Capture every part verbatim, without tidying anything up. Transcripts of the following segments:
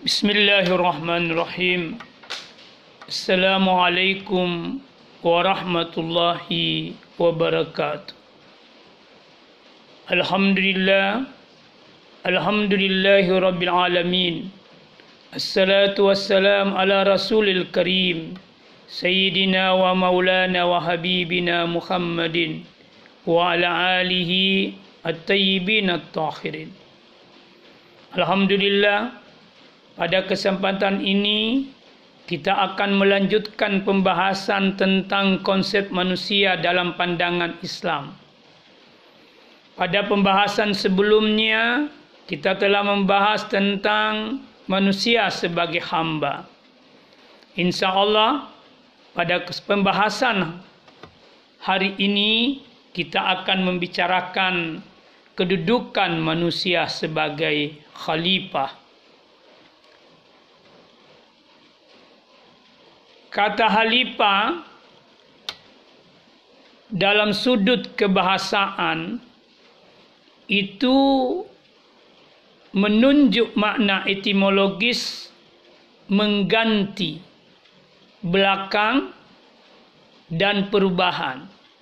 Bismillahirrahmanirrahim. Assalamualaikum warahmatullahi wabarakatuh. Alhamdulillah. Alhamdulillahi rabbil alamin. Assalatu wassalam ala rasulil karim. Sayyidina wa maulana wa habibina Muhammadin wa ala alihi at-tayyibin at-tahirin. Alhamdulillah, pada kesempatan ini kita akan melanjutkan pembahasan tentang konsep manusia dalam pandangan Islam. Pada pembahasan sebelumnya kita telah membahas tentang manusia sebagai hamba. Insya Allah pada pembahasan hari ini kita akan membicarakan kedudukan manusia sebagai khalifah. Kata khalifah dalam sudut kebahasaan itu menunjuk makna etimologis mengganti, belakang, dan perubahan.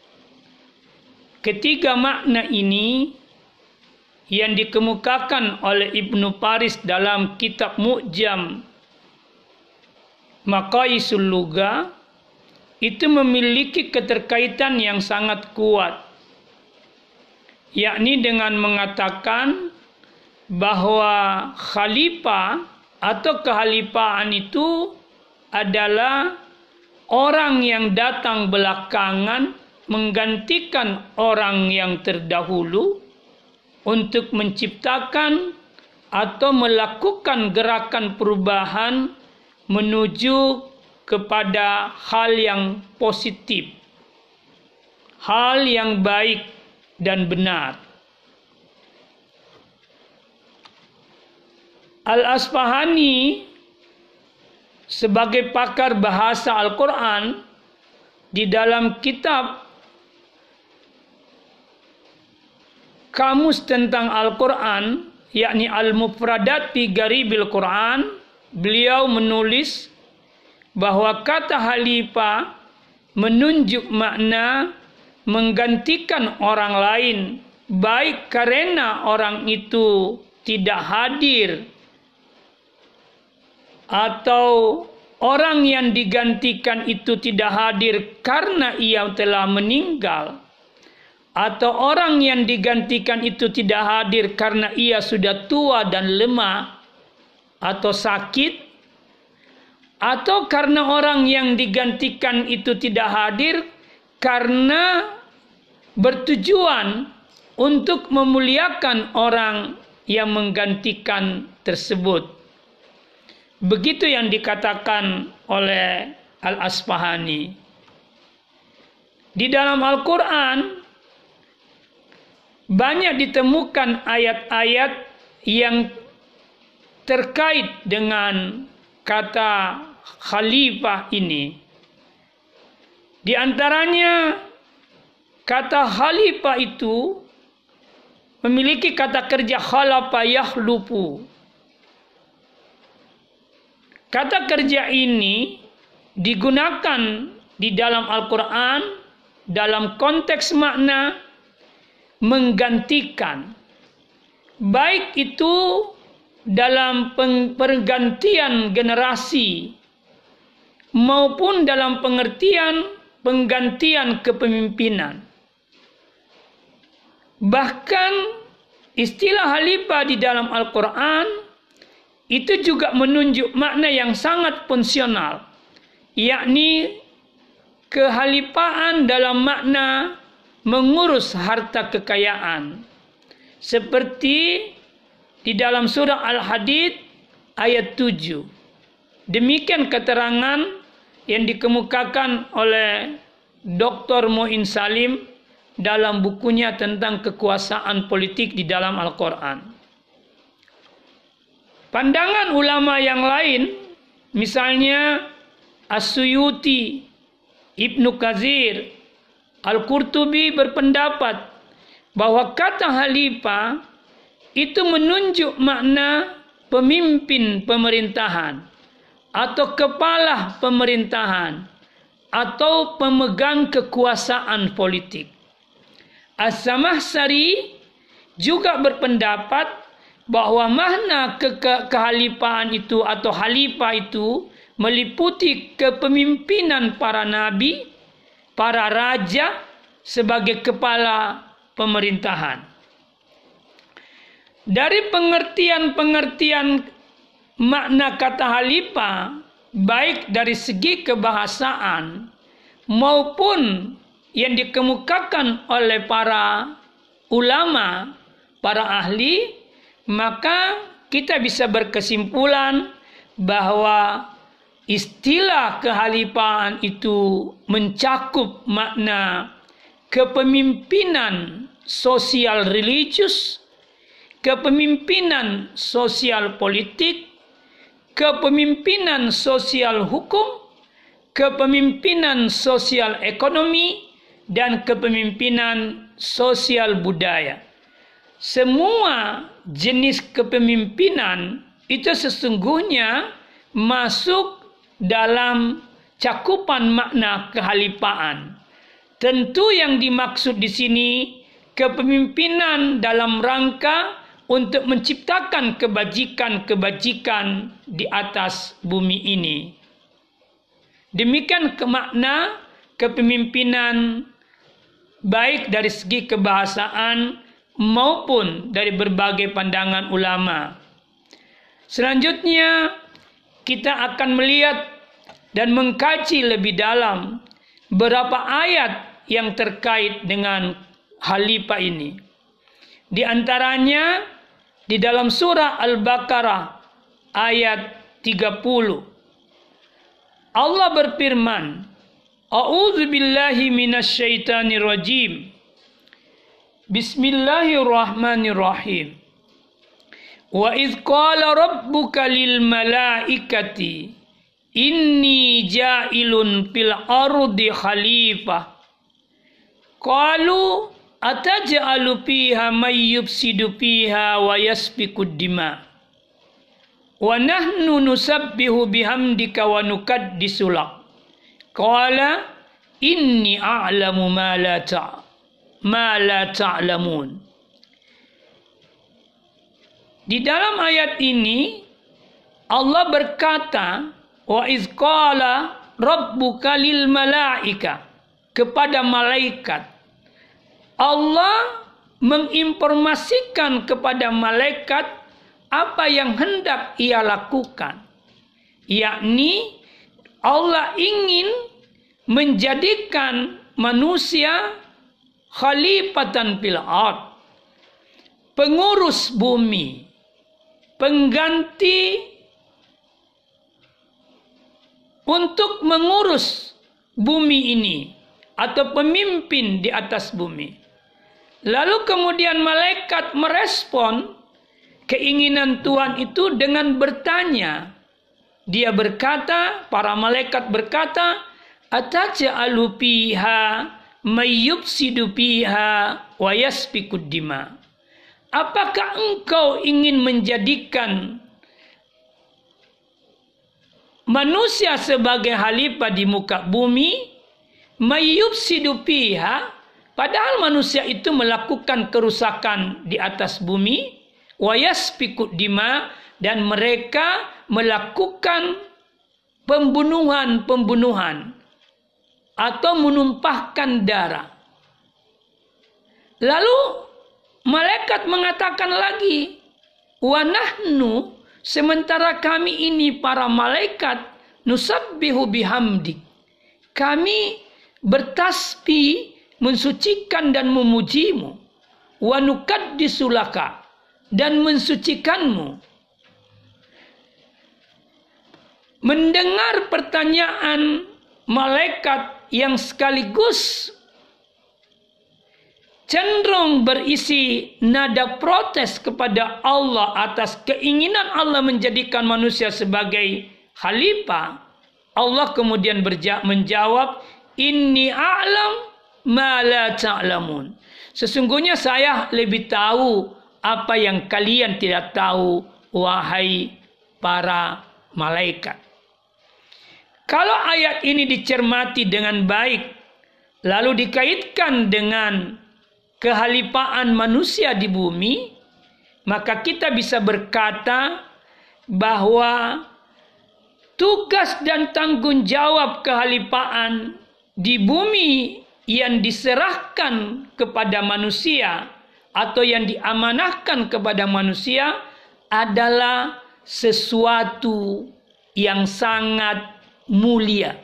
Ketiga makna ini yang dikemukakan oleh Ibnu Faris dalam kitab Mu'jam Maqayisul Lugha itu memiliki keterkaitan yang sangat kuat, yakni dengan mengatakan bahwa khalifah atau kekhalifahan itu adalah orang yang datang belakangan menggantikan orang yang terdahulu untuk menciptakan atau melakukan gerakan perubahan menuju kepada hal yang positif, hal yang baik dan benar. Al-Asfahani sebagai pakar bahasa Al-Quran di dalam kitab Kamus tentang Al-Quran, yakni Al-Mufradat fi Gharibil Quran, beliau menulis bahwa kata khalifah menunjuk makna menggantikan orang lain, baik karena orang itu tidak hadir atau orang yang digantikan itu tidak hadir karena ia telah meninggal, atau orang yang digantikan itu tidak hadir karena ia sudah tua dan lemah atau sakit, atau karena orang yang digantikan itu tidak hadir karena bertujuan untuk memuliakan orang yang menggantikan tersebut. Begitu yang dikatakan oleh Al-Asfahani. Di dalam Al-Quran banyak ditemukan ayat-ayat yang terkait dengan kata khalifah ini. Di antaranya kata khalifah itu memiliki kata kerja khalafa yakhlufu. Kata kerja ini digunakan di dalam Al-Quran dalam konteks makna menggantikan, baik itu dalam pergantian generasi maupun dalam pengertian penggantian kepemimpinan. Bahkan istilah khalifah di dalam Al-Quran itu juga menunjuk makna yang sangat fungsional, yakni kekhalifahan dalam makna mengurus harta kekayaan, seperti di dalam surah Al-Hadid ayat tujuh. Demikian keterangan yang dikemukakan oleh Doktor Muin Salim dalam bukunya tentang kekuasaan politik di dalam Al-Quran. Pandangan ulama yang lain, misalnya As-Suyuti, Ibnu Katsir, Al-Qurtubi berpendapat bahwa kata khalifah itu menunjuk makna pemimpin pemerintahan atau kepala pemerintahan atau pemegang kekuasaan politik. As-Samakhsyari juga berpendapat bahwa makna ke ke kehalifahan itu atau khalifah itu meliputi kepemimpinan para nabi, para raja sebagai kepala pemerintahan. Dari pengertian-pengertian makna kata khalifah, baik dari segi kebahasaan maupun yang dikemukakan oleh para ulama, para ahli, maka kita bisa berkesimpulan bahwa istilah kekhalifahan itu mencakup makna kepemimpinan sosial religius, kepemimpinan sosial politik, kepemimpinan sosial hukum, kepemimpinan sosial ekonomi, dan kepemimpinan sosial budaya. Semua jenis kepemimpinan itu sesungguhnya masuk dalam cakupan makna kekhalifahan. Tentu yang dimaksud di sini kepemimpinan dalam rangka untuk menciptakan kebajikan-kebajikan di atas bumi ini. Demikian kemakna kepemimpinan baik dari segi kebahasaan maupun dari berbagai pandangan ulama. Selanjutnya kita akan melihat dan mengkaji lebih dalam beberapa ayat yang terkait dengan khalifah ini. Di antaranya di dalam surah Al-Baqarah ayat tiga puluh. Allah berfirman, A'udzu billahi minasyaitonir rajim. Bismillahirrahmanirrahim. Wa idz qala rabbuka lil malaikati inni ja'ilun fil ardi khalifah. Qalu ataj'alu fiha may yufsidu fiha wa yasfikud dima. Wa nahnu nusabbihu bihamdika wa nukaddisu lak. Qala inni a'lamu ma la ta' ma la ta'lamun. Di dalam ayat ini Allah berkata, wa iz qala rabbuka lil malaika, kepada malaikat. Allah menginformasikan kepada malaikat apa yang hendak ia lakukan, yakni Allah ingin menjadikan manusia khalifatan fil ard, pengurus bumi, pengganti untuk mengurus bumi ini atau pemimpin di atas bumi. Lalu kemudian malaikat merespon keinginan Tuhan itu dengan bertanya. Dia berkata, para malaikat berkata, ataj'alu fiha may yufsidu fiha wa yasfikud dima. Apakah engkau ingin menjadikan manusia sebagai khalifah di muka bumi, may yufsidu fiha, padahal manusia itu melakukan kerusakan di atas bumi, wa yasfikud dima, dan mereka melakukan pembunuhan-pembunuhan atau menumpahkan darah. Lalu malaikat mengatakan lagi, wa nahnu, sementara kami ini para malaikat, nusabbihu bihamdik, kami bertasbih mensucikan dan memujimu, wa nukaddisu laka, dan mensucikanmu. Mendengar pertanyaan malaikat yang sekaligus cenderung berisi nada protes kepada Allah atas keinginan Allah menjadikan manusia sebagai khalifah, Allah kemudian menjawab, inni a'lam ma la ta'lamun. Sesungguhnya saya lebih tahu apa yang kalian tidak tahu, wahai para malaikat. Kalau ayat ini dicermati dengan baik, lalu dikaitkan dengan kehalifaan manusia di bumi, maka kita bisa berkata bahwa tugas dan tanggung jawab kehalifaan di bumi yang diserahkan kepada manusia atau yang diamanahkan kepada manusia adalah sesuatu yang sangat mulia.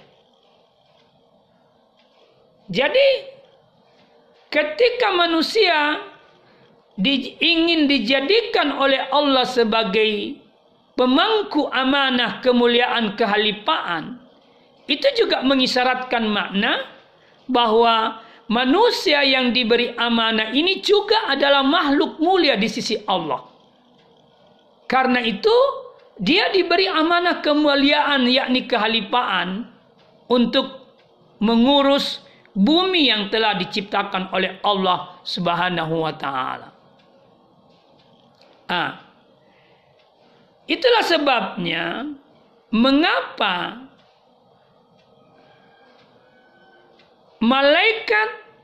Jadi ketika manusia di, ingin dijadikan oleh Allah sebagai pemangku amanah kemuliaan kehalifaan, itu juga mengisyaratkan makna bahwa manusia yang diberi amanah ini juga adalah makhluk mulia di sisi Allah. Karena itu dia diberi amanah kemuliaan yakni kehalifaan untuk mengurus bumi yang telah diciptakan oleh Allah Subhanahu wa taala. Ah. Itulah sebabnya mengapa malaikat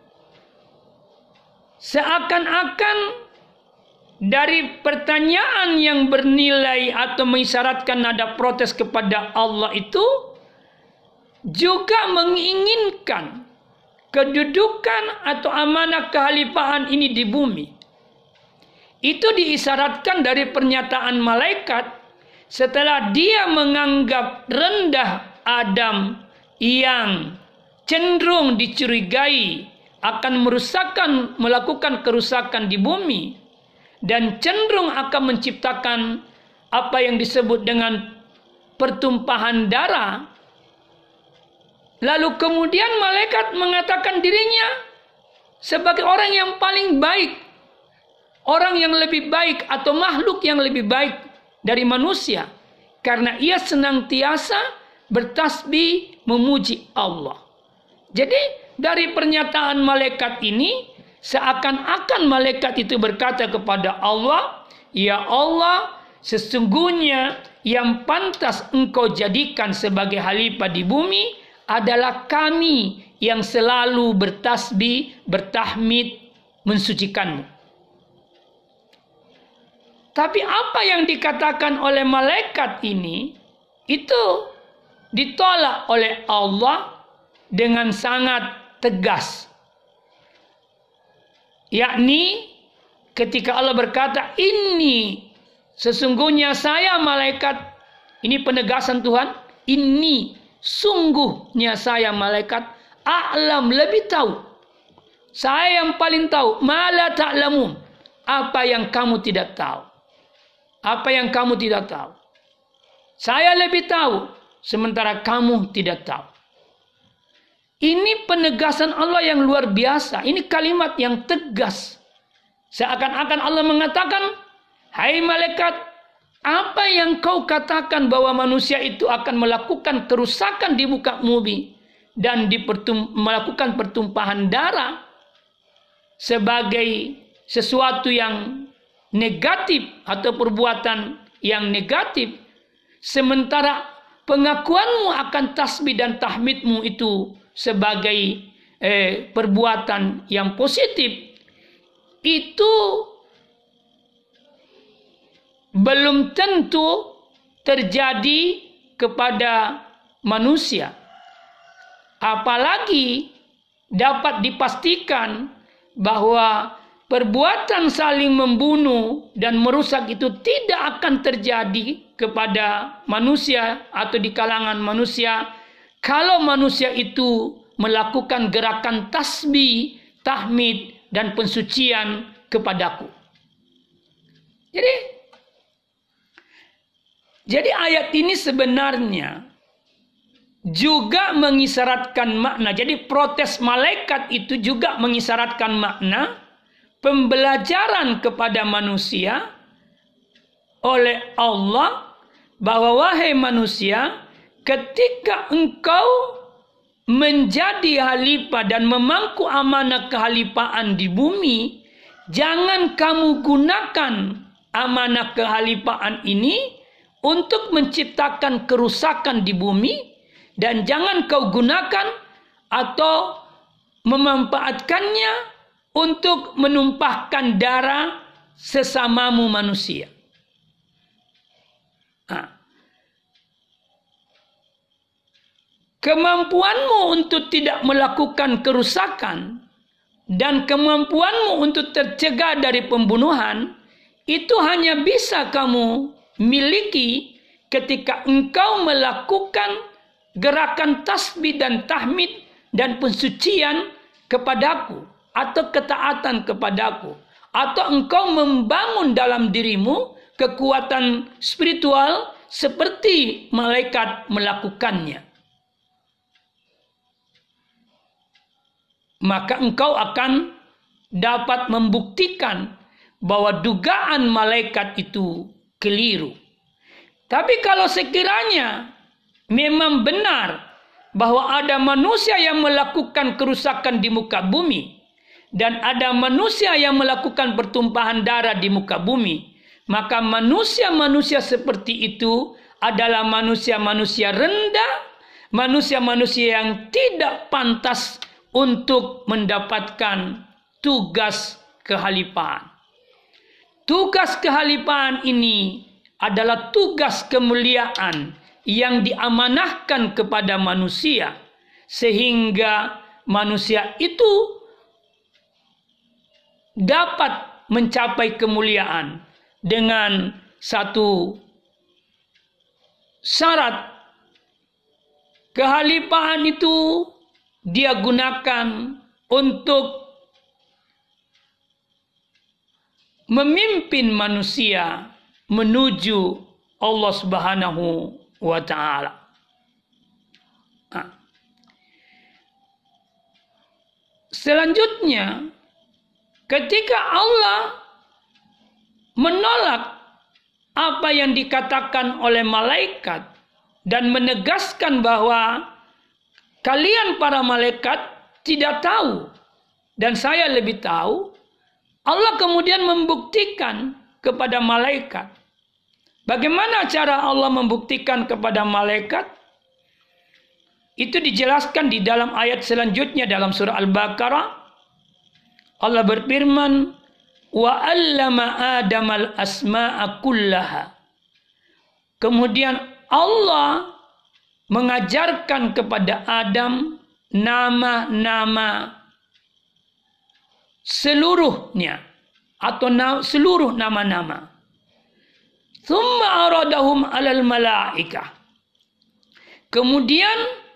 seakan-akan dari pertanyaan yang bernilai atau mengisyaratkan nada protes kepada Allah itu juga menginginkan kedudukan atau amanah kehalifaan ini di bumi. Itu diisyaratkan dari pernyataan malaikat setelah dia menganggap rendah Adam yang cenderung dicurigai akan merusakkan, melakukan kerusakan di bumi dan cenderung akan menciptakan apa yang disebut dengan pertumpahan darah. Lalu kemudian malaikat mengatakan dirinya sebagai orang yang paling baik, orang yang lebih baik atau makhluk yang lebih baik dari manusia, karena ia senantiasa bertasbih memuji Allah. Jadi dari pernyataan malaikat ini seakan-akan malaikat itu berkata kepada Allah, "Ya Allah, sesungguhnya yang pantas engkau jadikan sebagai khalifah di bumi adalah kami yang selalu bertasbih, bertahmid, mensucikanmu." Tapi apa yang dikatakan oleh malaikat ini itu ditolak oleh Allah dengan sangat tegas. Yakni ketika Allah berkata, "Ini sesungguhnya saya malaikat," ini penegasan Tuhan, "Ini sungguhnya saya malaikat, a'lam lebih tahu. Saya yang paling tahu, ma la ta'lamun, apa yang kamu tidak tahu." Apa yang kamu tidak tahu. Saya lebih tahu, sementara kamu tidak tahu. Ini penegasan Allah yang luar biasa. Ini kalimat yang tegas. Seakan-akan Allah mengatakan, "Hai malaikat, apa yang kau katakan bahwa manusia itu akan melakukan kerusakan di muka bumi dan dipertum- melakukan pertumpahan darah sebagai sesuatu yang negatif atau perbuatan yang negatif, sementara pengakuanmu akan tasbih dan tahmidmu itu sebagai eh, perbuatan yang positif, itu belum tentu terjadi kepada manusia. Apalagi dapat dipastikan bahwa perbuatan saling membunuh dan merusak itu tidak akan terjadi kepada manusia atau di kalangan manusia kalau manusia itu melakukan gerakan tasbih, tahmid, dan pensucian kepadaku. Jadi, jadi ayat ini sebenarnya juga mengisyaratkan makna. Jadi protes malaikat itu juga mengisyaratkan makna pembelajaran kepada manusia oleh Allah bahwa wahai manusia, ketika engkau menjadi khalifah dan memangku amanah kehalifaan di bumi, jangan kamu gunakan amanah kehalifaan ini untuk menciptakan kerusakan di bumi, dan jangan kau gunakan atau memanfaatkannya untuk menumpahkan darah sesamamu manusia. Nah, kemampuanmu untuk tidak melakukan kerusakan dan kemampuanmu untuk tercegah dari pembunuhan itu hanya bisa kamu miliki ketika engkau melakukan gerakan tasbih dan tahmid dan pensucian kepadaku atau ketaatan kepadaku, atau engkau membangun dalam dirimu kekuatan spiritual seperti malaikat melakukannya. Maka engkau akan dapat membuktikan bahwa dugaan malaikat itu keliru. Tapi kalau sekiranya memang benar bahwa ada manusia yang melakukan kerusakan di muka bumi dan ada manusia yang melakukan pertumpahan darah di muka bumi, maka manusia-manusia seperti itu adalah manusia-manusia rendah, manusia-manusia yang tidak pantas untuk mendapatkan tugas kehalifaan. Tugas kehalifaan ini adalah tugas kemuliaan yang diamanahkan kepada manusia, sehingga manusia itu dapat mencapai kemuliaan dengan satu syarat. Kehalifaan itu dia gunakan untuk memimpin manusia menuju Allah Subhanahu wa ta'ala. Nah, selanjutnya, ketika Allah menolak apa yang dikatakan oleh malaikat dan menegaskan bahwa kalian para malaikat tidak tahu dan saya lebih tahu, Allah kemudian membuktikan kepada malaikat. Bagaimana cara Allah membuktikan kepada malaikat? Itu dijelaskan di dalam ayat selanjutnya dalam surah Al-Baqarah. Allah berfirman, wa 'allama Adamal asma'a kullaha. Kemudian Allah mengajarkan kepada Adam nama-nama seluruhnya atau na- seluruh nama-nama. Thumma aradahum 'alal malaikah. Kemudian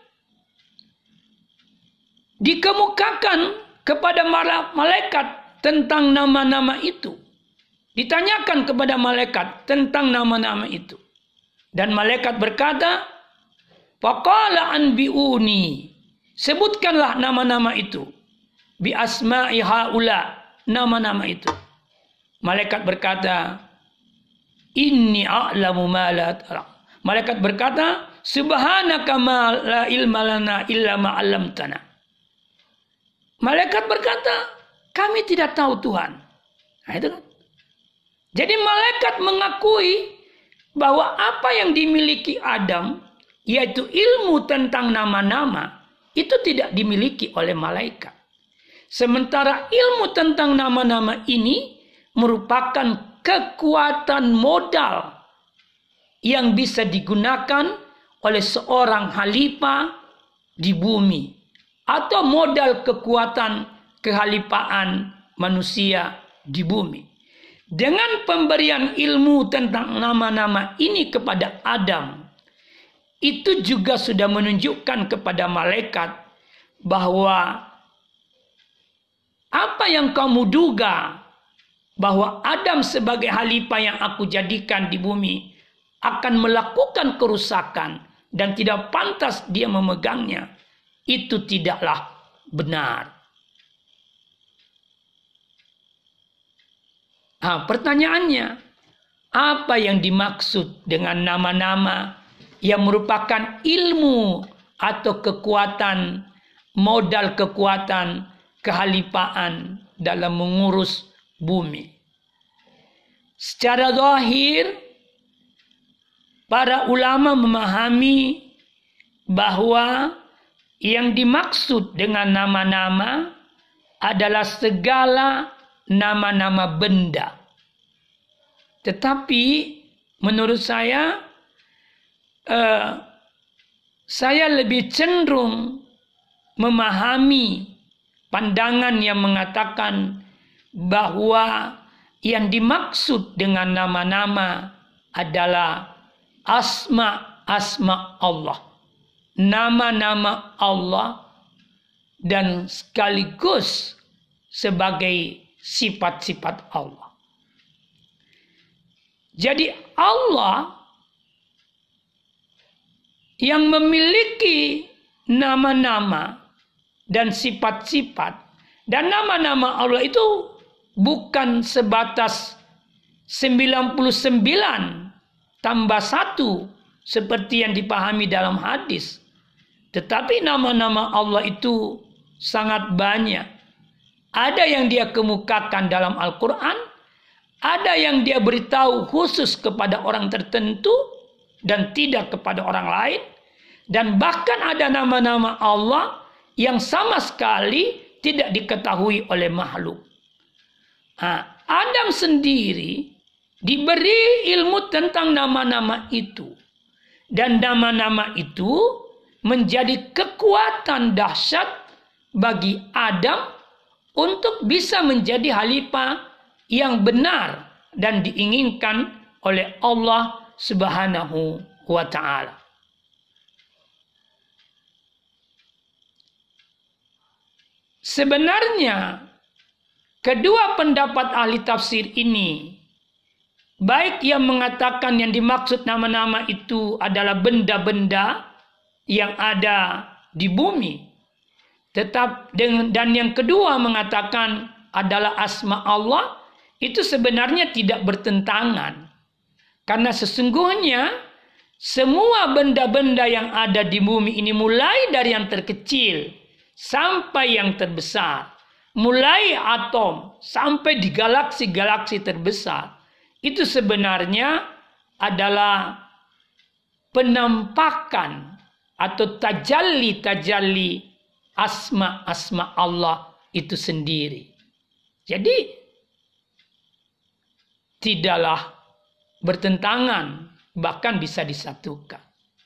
dikemukakan kepada malaikat tentang nama-nama itu. Ditanyakan kepada malaikat tentang nama-nama itu. Dan malaikat berkata, faqala anbi'uni. Sebutkanlah nama-nama itu. Bi asma'i haula. Nama-nama itu. Malaikat berkata, inni a'lamu ma la tara. Malaikat berkata, subhanaka ma la ilma lana illa ma 'allamtana. Malaikat berkata, kami tidak tahu Tuhan. Nah, itu kan. Jadi malaikat mengakui bahwa apa yang dimiliki Adam, yaitu ilmu tentang nama-nama, itu tidak dimiliki oleh malaikat. Sementara ilmu tentang nama-nama ini merupakan kekuatan modal yang bisa digunakan oleh seorang khalifah di bumi, atau modal kekuatan kehalifaan manusia di bumi. Dengan pemberian ilmu tentang nama-nama ini kepada Adam, itu juga sudah menunjukkan kepada malaikat bahwa apa yang kamu duga bahwa Adam sebagai khalifah yang aku jadikan di bumi akan melakukan kerusakan dan tidak pantas dia memegangnya, itu tidaklah benar. Nah, pertanyaannya, apa yang dimaksud dengan nama-nama yang merupakan ilmu atau kekuatan, modal kekuatan kehalifaan dalam mengurus bumi? secara zahir para ulama memahami bahwa yang dimaksud dengan nama-nama adalah segala nama-nama benda. Tetapi menurut saya, eh, saya lebih cenderung memahami pandangan yang mengatakan bahwa yang dimaksud dengan nama-nama adalah asma-asma Allah. Nama-nama Allah dan sekaligus sebagai sifat-sifat Allah. Jadi Allah yang memiliki nama-nama dan sifat-sifat, dan nama-nama Allah itu bukan sebatas sembilan puluh sembilan tambah satu seperti yang dipahami dalam hadis. Tetapi nama-nama Allah itu sangat banyak. Ada yang dia kemukakan dalam Al-Quran, ada yang dia beritahu khusus kepada orang tertentu dan tidak kepada orang lain, dan bahkan ada nama-nama Allah yang sama sekali tidak diketahui oleh makhluk. Nah, Adam sendiri diberi ilmu tentang nama-nama itu, dan nama-nama itu menjadi kekuatan dahsyat bagi Adam untuk bisa menjadi khalifah yang benar dan diinginkan oleh Allah Subhanahu wa ta'ala. Sebenarnya kedua pendapat ahli tafsir ini, baik yang mengatakan yang dimaksud nama-nama itu adalah benda-benda yang ada di bumi, tetap dengan, dan yang kedua mengatakan adalah asma Allah, itu sebenarnya tidak bertentangan. Karena sesungguhnya semua benda-benda yang ada di bumi ini, mulai dari yang terkecil sampai yang terbesar, mulai atom sampai di galaksi-galaksi terbesar, itu sebenarnya adalah penampakan atau tajalli-tajalli asma-asma Allah itu sendiri. Jadi tidaklah bertentangan, bahkan bisa disatukan.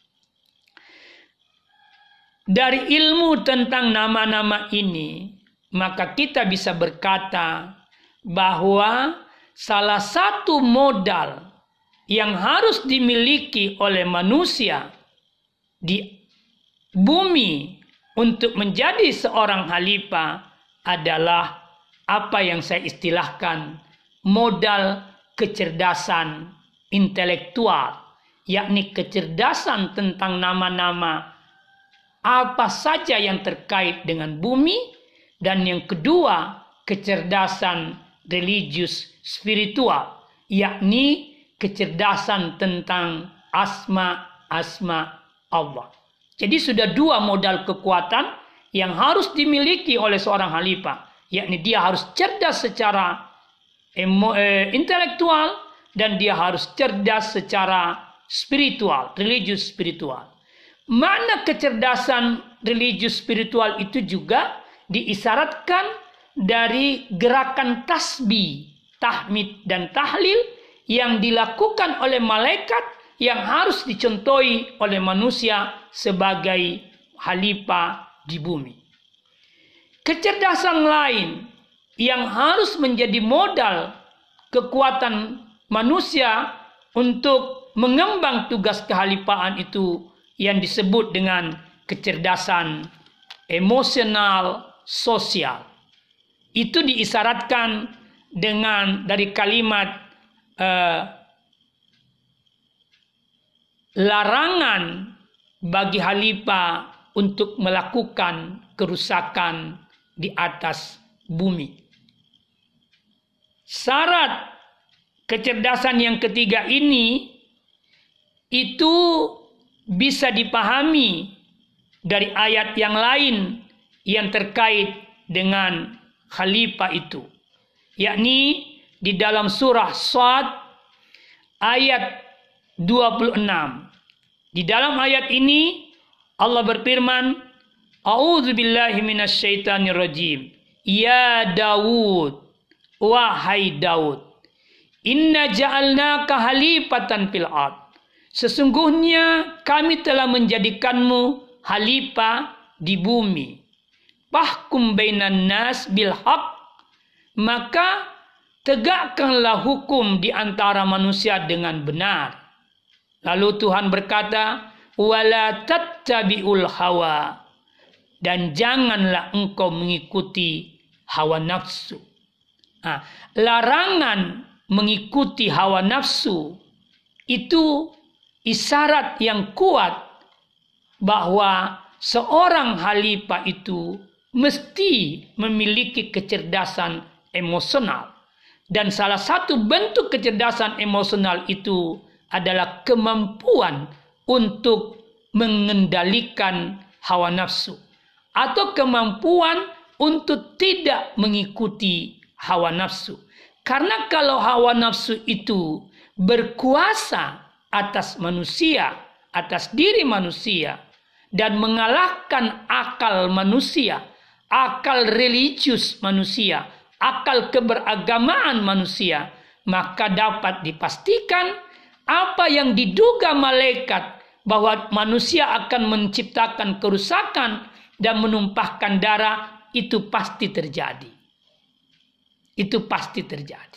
Dari ilmu tentang nama-nama ini, maka kita bisa berkata bahwa salah satu modal yang harus dimiliki oleh manusia di bumi untuk menjadi seorang khalifah adalah apa yang saya istilahkan modal kecerdasan intelektual, yakni kecerdasan tentang nama-nama apa saja yang terkait dengan bumi, dan yang kedua kecerdasan religius spiritual, yakni kecerdasan tentang asma-asma Allah. Jadi sudah dua modal kekuatan yang harus dimiliki oleh seorang khalifah, yakni dia harus cerdas secara emo, eh, intelektual, dan dia harus cerdas secara spiritual, religius spiritual. Mana kecerdasan religius spiritual itu juga diisyaratkan dari gerakan tasbih, tahmid, dan tahlil yang dilakukan oleh malaikat yang harus dicontohi oleh manusia sebagai khalifah di bumi. Kecerdasan lain yang harus menjadi modal kekuatan manusia untuk mengembang tugas kekhalifahan itu yang disebut dengan kecerdasan emosional sosial. Itu diisyaratkan dengan dari kalimat uh, larangan bagi khalifah untuk melakukan kerusakan di atas bumi. Syarat kecerdasan yang ketiga ini itu bisa dipahami dari ayat yang lain yang terkait dengan khalifah itu, yakni di dalam surah Shad ayat dua puluh enam. Di dalam ayat ini Allah berfirman, A'udzubillahi minasyaitonirrajim. Ya Daud, wahai Daud, inna ja'alnaka halifatan fil ard. Sesungguhnya kami telah menjadikanmu halifah di bumi. Fahkum bainan nas bil haq, maka tegakkanlah hukum di antara manusia dengan benar. Lalu Tuhan berkata, wala tattabi'ul hawa, dan janganlah engkau mengikuti hawa nafsu. Nah, larangan mengikuti hawa nafsu itu isyarat yang kuat bahwa seorang khalifah itu mesti memiliki kecerdasan emosional. Dan salah satu bentuk kecerdasan emosional itu adalah kemampuan untuk mengendalikan hawa nafsu. Atau kemampuan untuk tidak mengikuti hawa nafsu. Karena kalau hawa nafsu itu berkuasa atas manusia, atas diri manusia, dan mengalahkan akal manusia, akal religius manusia, akal keberagamaan manusia, maka dapat dipastikan apa yang diduga malaikat bahwa manusia akan menciptakan kerusakan dan menumpahkan darah, itu pasti terjadi. Itu pasti terjadi.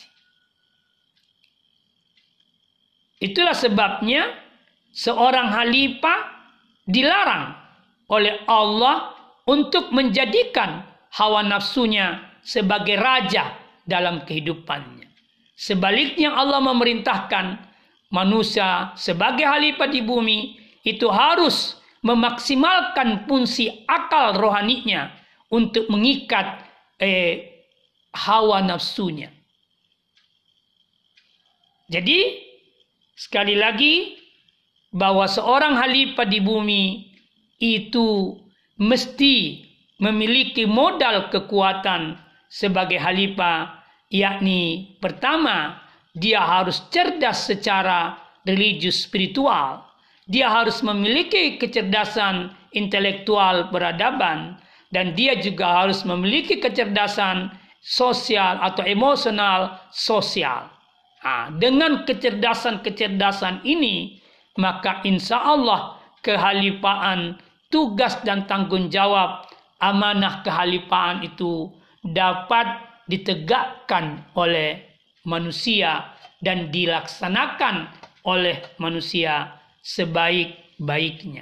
Itulah sebabnya seorang khalifah dilarang oleh Allah untuk menjadikan hawa nafsunya sebagai raja dalam kehidupannya. Sebaliknya Allah memerintahkan manusia sebagai khalifah di bumi itu harus memaksimalkan fungsi akal rohaninya untuk mengikat eh, hawa nafsunya. Jadi sekali lagi bahwa seorang khalifah di bumi itu mesti memiliki modal kekuatan sebagai khalifah, yakni pertama, dia harus cerdas secara religius spiritual. Dia harus memiliki kecerdasan intelektual peradaban, dan dia juga harus memiliki kecerdasan sosial atau emosional sosial. Nah, dengan kecerdasan-kecerdasan ini, maka insya Allah kehalifaan, tugas dan tanggung jawab amanah kehalifaan itu dapat ditegakkan oleh manusia dan dilaksanakan oleh manusia sebaik-baiknya.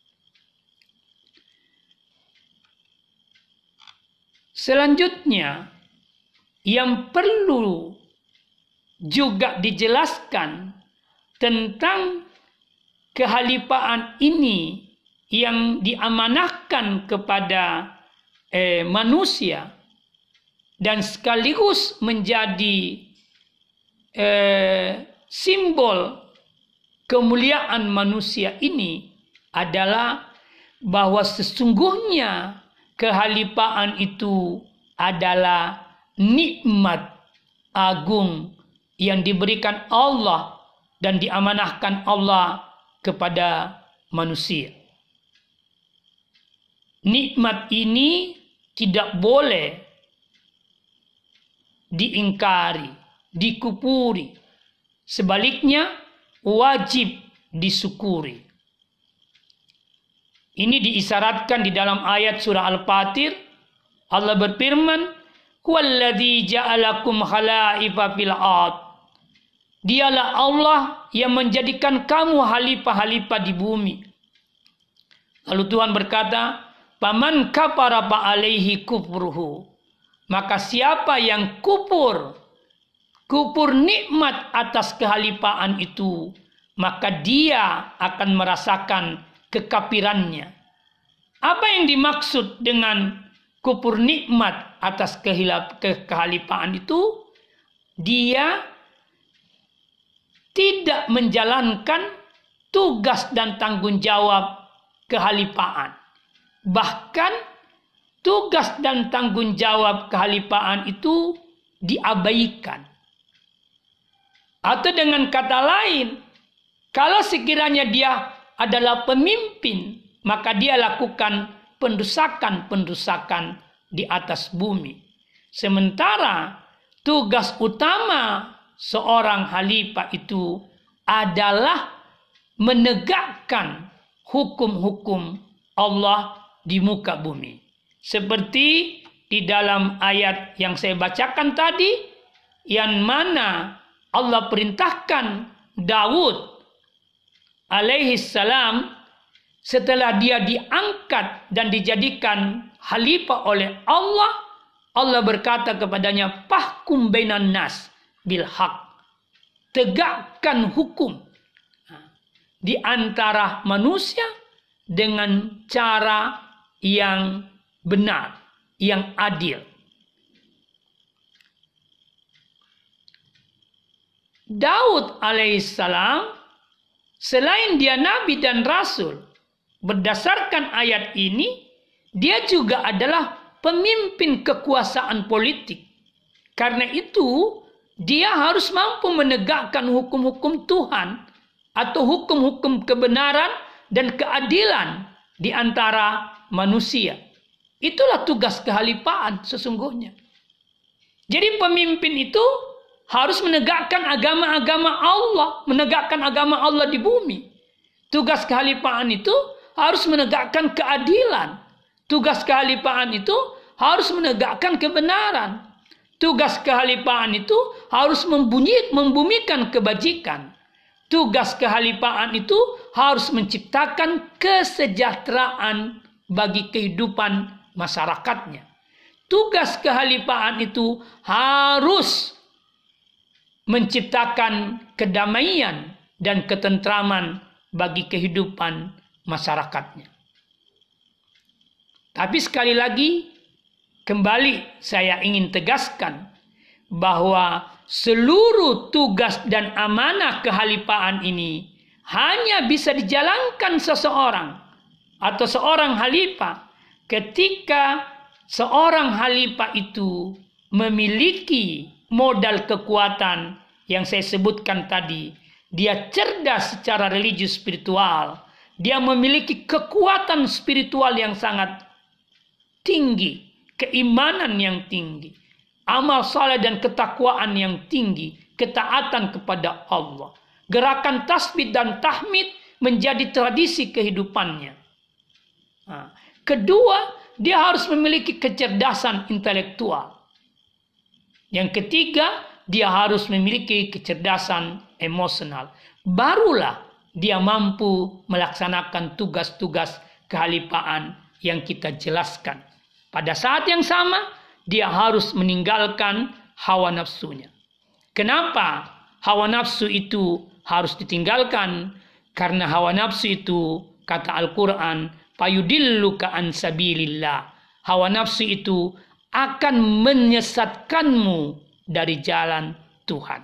Selanjutnya, yang perlu juga dijelaskan tentang kehalifaan ini yang diamanahkan kepada eh, manusia dan sekaligus menjadi eh, simbol kemuliaan manusia ini adalah bahwa sesungguhnya kehalifaan itu adalah nikmat agung yang diberikan Allah dan diamanahkan Allah kepada manusia. Nikmat ini tidak boleh diingkari, dikufuri. Sebaliknya, wajib disyukuri. Ini diisyaratkan di dalam ayat surah Al-Fatir. Allah berfirman, "Huwallazi ja'alakum khalaifa fil ard." Dialah Allah yang menjadikan kamu khalifah-khalifah di bumi. Lalu Tuhan berkata, "Faman kafara fa alaihi kufruhu." Maka siapa yang kufur, kufur nikmat atas kehalifaan itu, maka dia akan merasakan kekafirannya. Apa yang dimaksud dengan kufur nikmat atas kehalifaan itu? Dia tidak menjalankan tugas dan tanggung jawab kehalifaan. Bahkan tugas dan tanggung jawab kehalifaan itu diabaikan. Atau dengan kata lain, kalau sekiranya dia adalah pemimpin, maka dia lakukan pendusakan-pendusakan di atas bumi. Sementara tugas utama seorang khalifah itu adalah menegakkan hukum-hukum Allah di muka bumi. Seperti di dalam ayat yang saya bacakan tadi, yang mana Allah perintahkan Daud alaihi salam setelah dia diangkat dan dijadikan khalifah oleh Allah, Allah berkata kepadanya, "Fahkum bainan nas bil haq." Tegakkan hukum di antara manusia dengan cara yang benar, yang adil. Daud alaihissalam, selain dia nabi dan rasul, berdasarkan ayat ini, dia juga adalah pemimpin kekuasaan politik. Karena itu, dia harus mampu menegakkan hukum-hukum Tuhan atau hukum-hukum kebenaran dan keadilan di antara manusia. Itulah tugas kehalifaan sesungguhnya. Jadi pemimpin itu harus menegakkan agama-agama Allah, menegakkan agama Allah di bumi. Tugas kehalifaan itu harus menegakkan keadilan. Tugas kehalifaan itu harus menegakkan kebenaran. Tugas kehalifaan itu harus membunyi, membumikan kebajikan. Tugas kehalifaan itu harus menciptakan kesejahteraan bagi kehidupan masyarakatnya. Tugas kehalifaan itu harus menciptakan kedamaian dan ketentraman bagi kehidupan masyarakatnya. Tapi sekali lagi, kembali saya ingin tegaskan bahwa seluruh tugas dan amanah kehalifaan ini hanya bisa dijalankan seseorang atau seorang khalifah ketika seorang khalifah itu memiliki modal kekuatan yang saya sebutkan tadi. Dia cerdas secara religius spiritual. Dia memiliki kekuatan spiritual yang sangat tinggi, keimanan yang tinggi, amal saleh dan ketakwaan yang tinggi, ketaatan kepada Allah. Gerakan tasbih dan tahmid menjadi tradisi kehidupannya. Nah, kedua, dia harus memiliki kecerdasan intelektual. Yang ketiga, dia harus memiliki kecerdasan emosional. Barulah dia mampu melaksanakan tugas-tugas kehalifaan yang kita jelaskan. Pada saat yang sama, dia harus meninggalkan hawa nafsunya. Kenapa hawa nafsu itu harus ditinggalkan? Karena hawa nafsu itu, kata Al-Quran, fayudilluka an sabilillah. Hawa nafsu itu akan menyesatkanmu dari jalan Tuhan.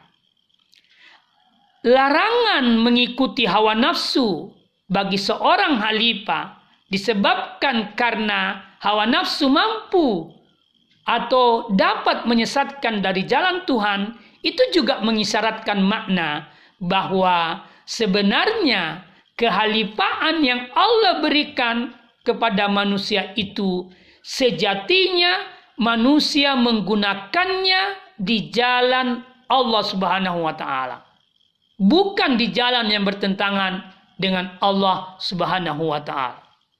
Larangan mengikuti hawa nafsu bagi seorang khalifah disebabkan karena hawa nafsu mampu atau dapat menyesatkan dari jalan Tuhan, itu juga mengisyaratkan makna bahwa sebenarnya kehalifaan yang Allah berikan kepada manusia itu sejatinya manusia menggunakannya di jalan Allah Subhanahu wa taala, bukan di jalan yang bertentangan dengan Allah Subhanahu wa taala.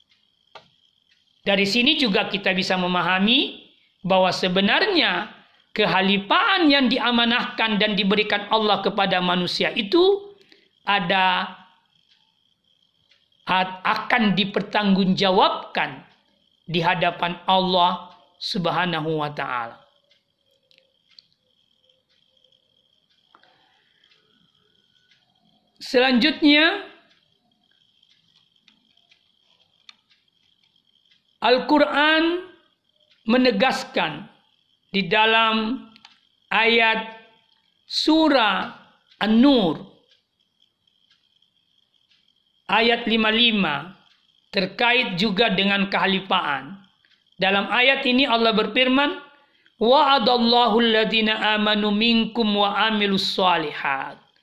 Dari sini juga kita bisa memahami bahwa sebenarnya kehalifaan yang diamanahkan dan diberikan Allah kepada manusia itu ada akan dipertanggungjawabkan di hadapan Allah Subhanahu wa taala. Selanjutnya, Al-Quran menegaskan di dalam ayat surah An-Nur ayat lima puluh lima terkait juga dengan kehalifaan. Dalam ayat ini Allah berfirman, wa'adallahu alladhina amanu minkum wa amilus shalihat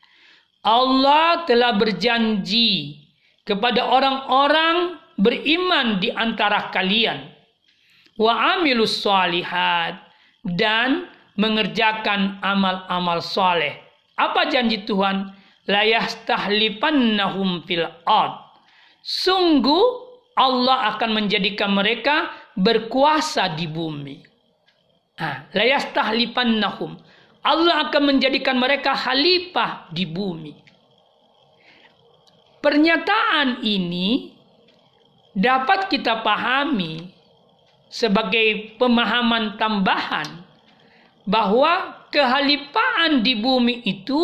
Allah telah berjanji kepada orang-orang beriman di antara kalian, wa amilus shalihat, dan mengerjakan amal-amal soleh. Apa janji Tuhan? La yastahlifannahum fil ard. Sungguh Allah akan menjadikan mereka berkuasa di bumi. Nah, la yastahlifannahum. Allah akan menjadikan mereka khalifah di bumi. Pernyataan ini dapat kita pahami sebagai pemahaman tambahan bahwa kekhalifahan di bumi itu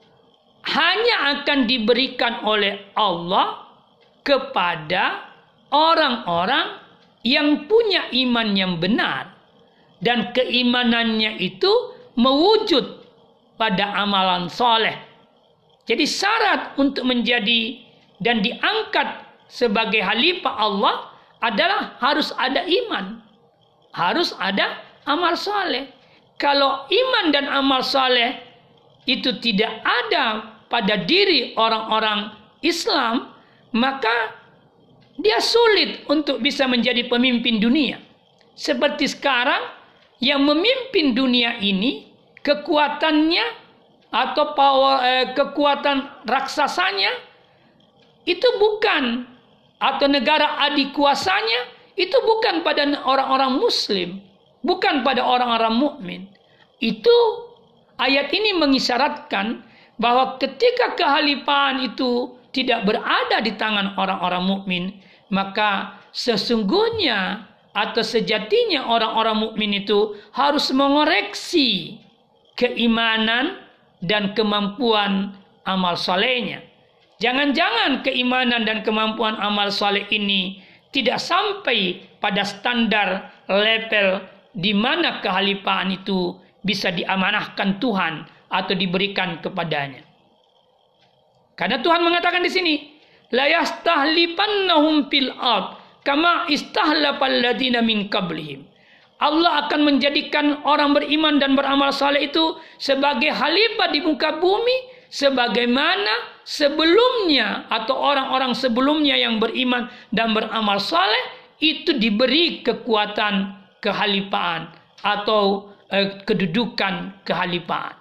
hanya akan diberikan oleh Allah kepada orang-orang yang punya iman yang benar, dan keimanannya itu mewujud pada amalan soleh. Jadi syarat untuk menjadi dan diangkat sebagai khalifah Allah adalah harus ada iman, harus ada amal soleh. Kalau iman dan amal soleh itu tidak ada pada diri orang-orang Islam, maka dia sulit untuk bisa menjadi pemimpin dunia. Seperti sekarang, yang memimpin dunia ini, kekuatannya atau power, eh, kekuatan raksasanya itu bukan, atau negara adik kuasanya itu bukan pada orang-orang Muslim, bukan pada orang-orang mukmin. Itu ayat ini mengisyaratkan bahwa ketika kekhalifahan itu tidak berada di tangan orang-orang mukmin, maka sesungguhnya atau sejatinya orang-orang mukmin itu harus mengoreksi keimanan dan kemampuan amal solehnya. Jangan-jangan keimanan dan kemampuan amal soleh ini tidak sampai pada standar level di mana kekhalifahan itu bisa diamanahkan Tuhan atau diberikan kepadanya. Karena Tuhan mengatakan di sini, la yastahlifannahum fil ard kama istahlafal ladina min qablihim. Allah akan menjadikan orang beriman dan beramal saleh itu sebagai khalifah di muka bumi sebagaimana sebelumnya atau orang-orang sebelumnya yang beriman dan beramal saleh itu diberi kekuatan kekhalifahan atau eh, kedudukan kekhalifahan.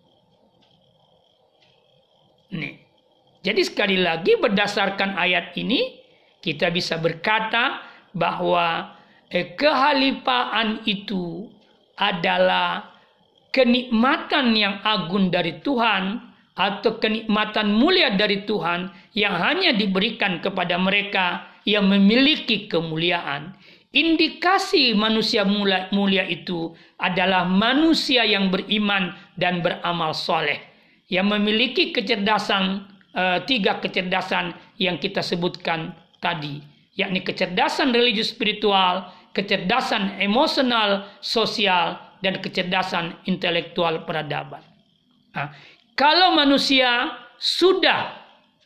Nih. Jadi sekali lagi berdasarkan ayat ini kita bisa berkata bahwa eh, kekhalifahan itu adalah kenikmatan yang agung dari Tuhan atau kenikmatan mulia dari Tuhan yang hanya diberikan kepada mereka yang memiliki kemuliaan. Indikasi manusia mulia, mulia itu adalah manusia yang beriman dan beramal soleh, yang memiliki kecerdasan, eh, tiga kecerdasan yang kita sebutkan tadi, yakni kecerdasan religius spiritual, kecerdasan emosional sosial, dan kecerdasan intelektual peradaban. Nah, kalau manusia sudah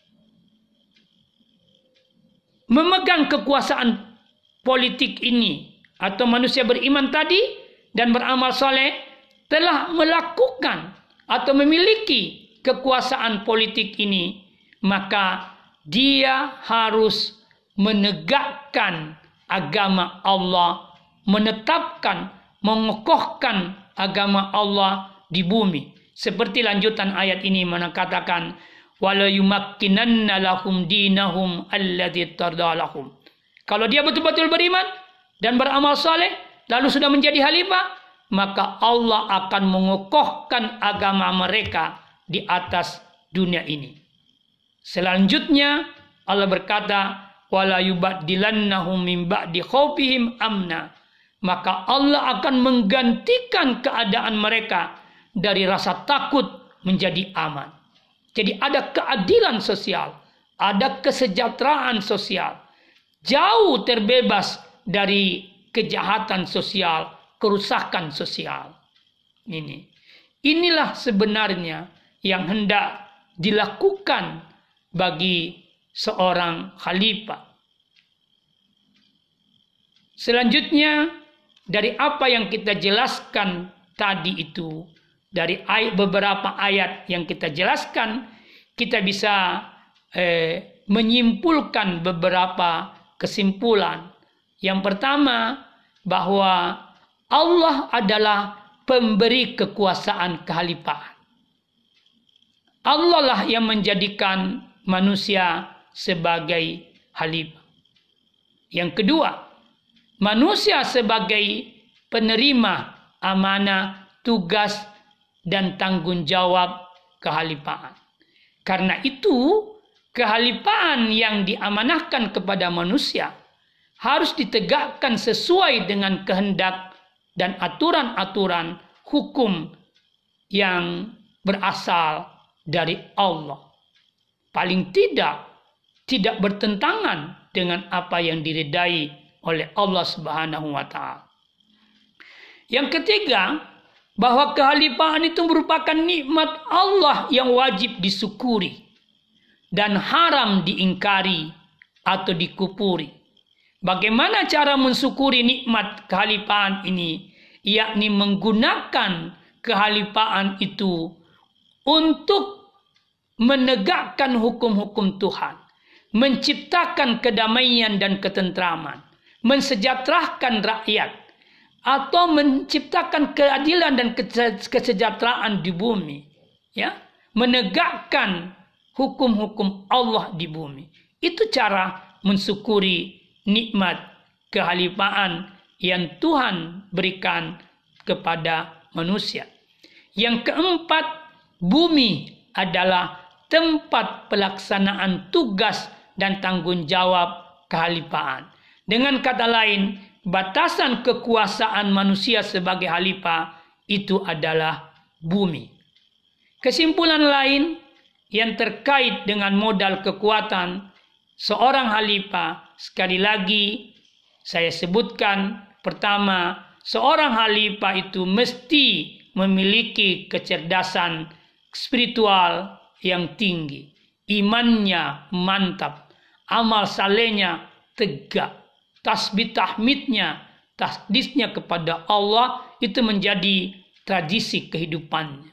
memegang kekuasaan politik ini, atau manusia beriman tadi dan beramal soleh telah melakukan atau memiliki kekuasaan politik ini, maka dia harus menegakkan agama Allah, menetapkan, mengokohkan agama Allah di bumi. Seperti lanjutan ayat ini mengatakan, wala yumakkinanna lahum dinahum alladzi tardalahum. Kalau dia betul-betul beriman dan beramal saleh lalu sudah menjadi khalifah, maka Allah akan mengokohkan agama mereka di atas dunia ini. Selanjutnya Allah berkata, wala yubaddilannahum min ba'di khaufihim amna. Maka Allah akan menggantikan keadaan mereka dari rasa takut menjadi aman. Jadi ada keadilan sosial, ada kesejahteraan sosial, jauh terbebas dari kejahatan sosial, kerusakan sosial. Ini, inilah sebenarnya yang hendak dilakukan bagi seorang khalifah. Selanjutnya, dari apa yang kita jelaskan tadi itu, dari ayat, beberapa ayat yang kita jelaskan, kita bisa eh, menyimpulkan beberapa kesimpulan. Yang pertama, bahwa Allah adalah pemberi kekuasaan kehalifahan. Allah lah yang menjadikan manusia sebagai khalifah. Yang kedua, manusia sebagai penerima amanah, tugas, dan tanggung jawab kehalifahan. Karena itu, kehalifahan yang diamanahkan kepada manusia harus ditegakkan sesuai dengan kehendak dan aturan-aturan hukum yang berasal dari Allah. Paling tidak, tidak bertentangan dengan apa yang diridai oleh Allah Subhanahu wa Ta'ala. Yang ketiga, bahwa kehalifahan itu merupakan nikmat Allah yang wajib disyukuri dan haram diingkari atau dikufuri. Bagaimana cara mensyukuri nikmat kehalifahan ini? Yakni menggunakan kehalifahan itu untuk menegakkan hukum-hukum Tuhan, menciptakan kedamaian dan ketentraman, mensejahterakan rakyat, atau menciptakan keadilan dan kesejahteraan di bumi, ya, menegakkan hukum-hukum Allah di bumi. Itu cara mensyukuri nikmat kehalifahan yang Tuhan berikan kepada manusia. Yang keempat, bumi adalah tempat pelaksanaan tugas dan tanggung jawab kehalifahan. Dengan kata lain, batasan kekuasaan manusia sebagai khalifah itu adalah bumi. Kesimpulan lain yang terkait dengan modal kekuatan seorang khalifah, sekali lagi saya sebutkan, pertama, seorang khalifah itu mesti memiliki kecerdasan spiritual yang tinggi, imannya mantap, amal salehnya tegak, tasbih tahmidnya, tasdisnya kepada Allah itu menjadi tradisi kehidupannya.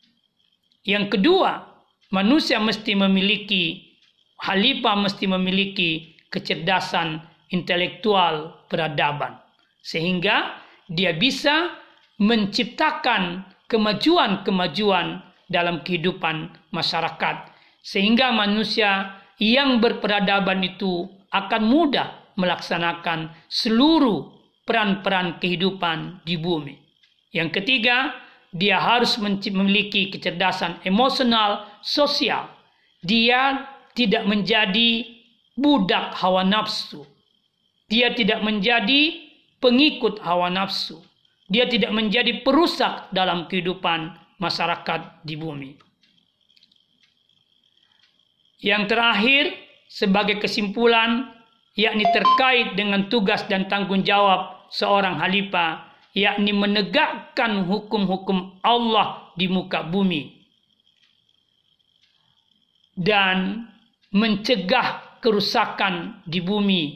Yang kedua, manusia mesti memiliki, khalifah mesti memiliki kecerdasan intelektual peradaban, sehingga dia bisa menciptakan kemajuan-kemajuan dalam kehidupan masyarakat, sehingga manusia yang berperadaban itu akan mudah melaksanakan seluruh peran-peran kehidupan di bumi. Yang ketiga, dia harus memiliki kecerdasan emosional, sosial. Dia tidak menjadi budak hawa nafsu. Dia tidak menjadi pengikut hawa nafsu. Dia tidak menjadi perusak dalam kehidupan masyarakat di bumi. Yang terakhir, sebagai kesimpulan, yakni terkait dengan tugas dan tanggung jawab seorang khalifah, yakni menegakkan hukum-hukum Allah di muka bumi dan mencegah kerusakan di bumi.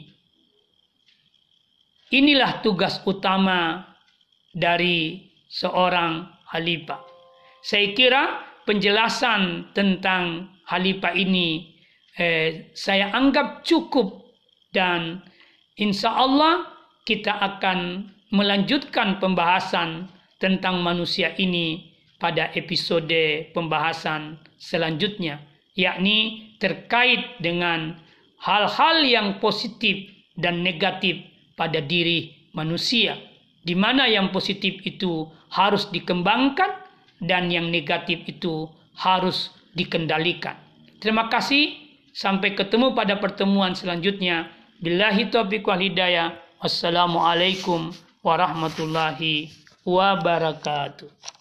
Inilah tugas utama dari seorang khalifah. Saya kira penjelasan tentang khalifah ini eh, saya anggap cukup. Dan insya Allah kita akan melanjutkan pembahasan tentang manusia ini pada episode pembahasan selanjutnya, yakni terkait dengan hal-hal yang positif dan negatif pada diri manusia, di mana yang positif itu harus dikembangkan dan yang negatif itu harus dikendalikan. Terima kasih, sampai ketemu pada pertemuan selanjutnya. Billahi taufiq wal hidayah. Wassalamualaikum warahmatullahi wabarakatuh.